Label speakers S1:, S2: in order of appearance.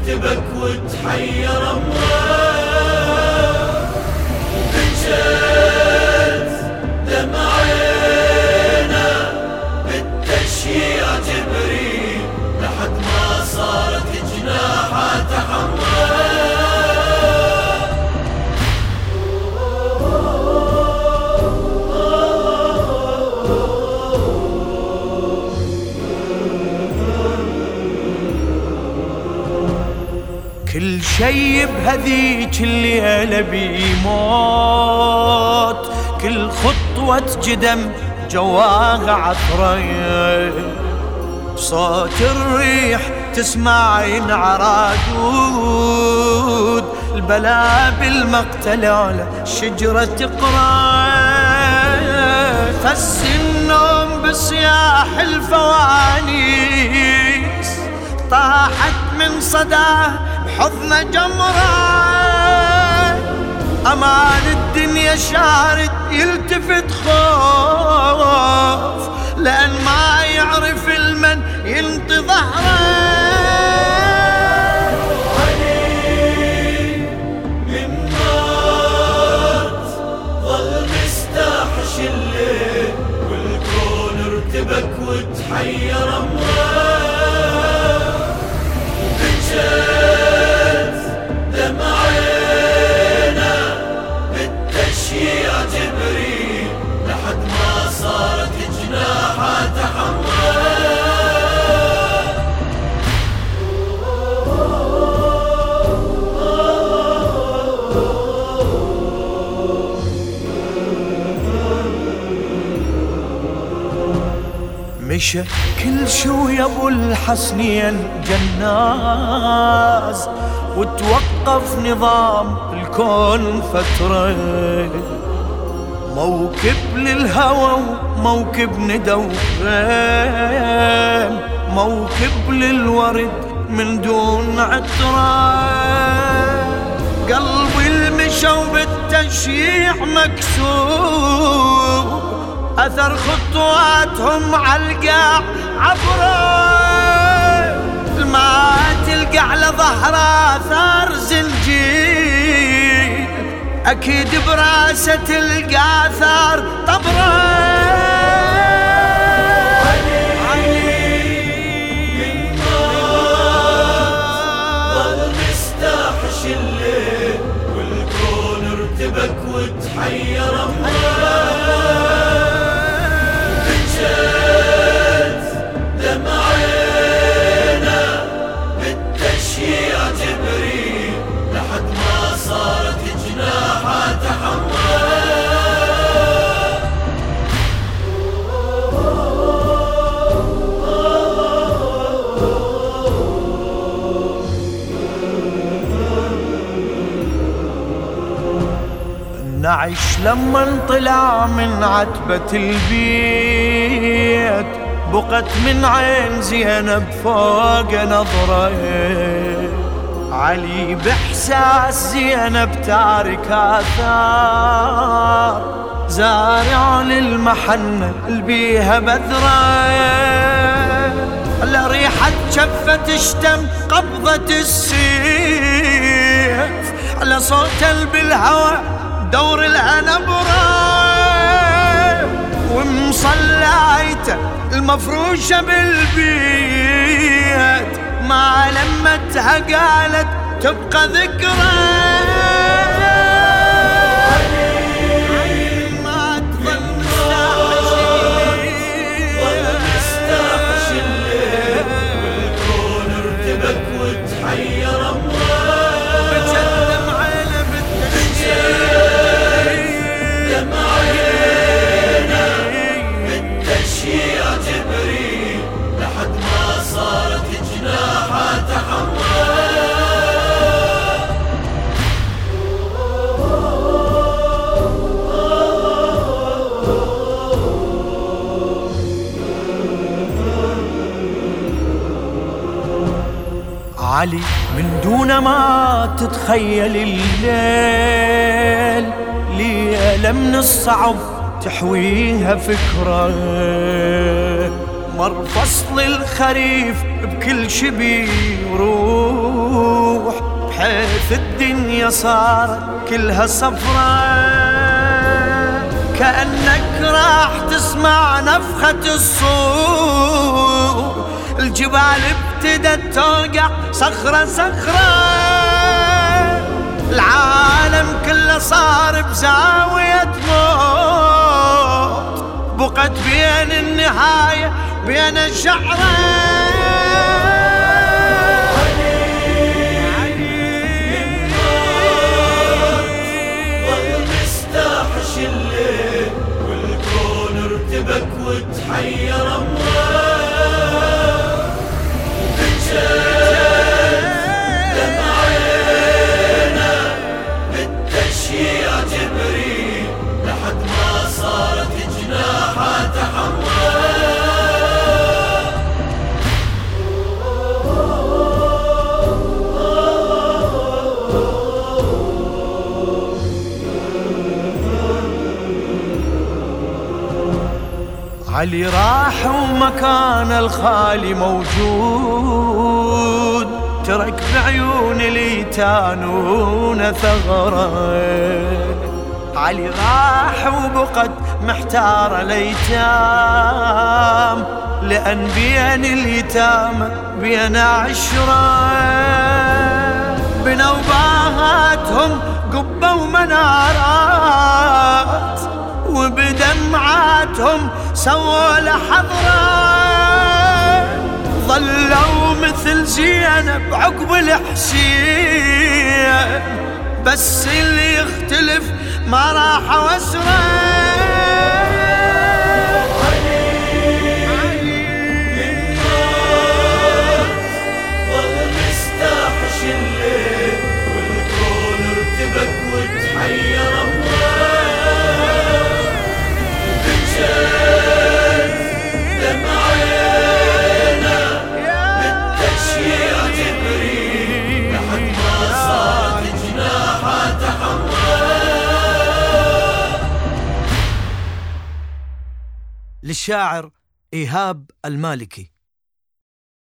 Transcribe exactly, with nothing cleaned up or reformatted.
S1: ارتبك وتحير اموال، بجت دمعينا بالتشييع جبريل لحد ما صارت جناحاته حمال.
S2: كل شي بهذيك الليلة بيموت، كل خطوة جدم جواها عطرة، صوت الريح تسمع ينعرادود، البلا بالمقتل على الشجرة تقرا، خس النوم بصياح الفوانيس، طاحت من صداه بحضن جمرة، أمان الدنيا شارد يلتفت خوف، لأن ما يعرف المن ينطي ظهره.
S1: علي من مات ظل مستحش الليل، والكون ارتبك وتحير اموال، بجت دمعينا بالتشييع جبريل لحد ما صارت جناحاته حمال.
S2: مشى كل شوية ابو الحسنين جناز، وتوقف نظام الكون فترة، موكب للهوى وموكب ندورين، موكب للورد من دون عطرة، قلبي المشى وبالتشييع مكسور، أثر خطواتهم عالقاع عبره، ما تلقى على ظهره آثار زنجير، أكيد براسه تلقى آثار طبره.
S1: علي من مات ظل مستحش الليل، والكون ارتبك وتحير اموال، بجت دمعينا بالتشييع جبريل لحد ما صارت جناحاته حمال.
S2: نعيش لما انطلع من عتبة البيت، بقت من عين زينب فوق نظره، علي بإحساس زينب تارك آثار، زارع للمحنة البيها بذرة، لريحة شفة تشتم قبضة السيف، على صوت بالهوى دور الهنبرة، ومصلايته المفروشة بالبيت، ما لمتها قالت تبقى ذكرى. ما تظل
S1: مستحش الليل، والكون ارتبك وتحير اموال، بجت دمعينا بالتشييع جبريل لحد ما صارت جناحاته حمال.
S2: علي من دون ما تتخيل الليل، ليلة من الصعب تحويها فكرة، مر فصل الخريف بكل شبي ورود، في الدنيا صارت كلها صفراء، كأنك راح تسمع نفخة الصور، الجبال ابتدت توقع صخرة صخرة، العالم كله صار بزاوية موت، بقت بين النهاية بين الشعرة.
S1: الليل والكون ارتبك وتحير اموال، بجد دمع عينا بالتشييع جبريل لحد ما صارت جناحاته حمال.
S2: علي راح ومكان الخالي موجود، ترك بعيون اليتانون ثغرة. علي راح وبقت محتار الأيتام، لأن بين اليتامى بين عشرة، بنوباتهم قبة ومنارات، وبدمعاتهم سووا لحضرة، ظلوا مثل زينب عقب الحسين، بس اللي يختلف ما راح واسره.
S1: ظل مستحش الليل والكون ارتبك وتحير اموال، بجد دمع عينا بالتشييع جبريل لحد ما صارت جناحاته حمال.
S2: للشاعر إيهاب المالكي.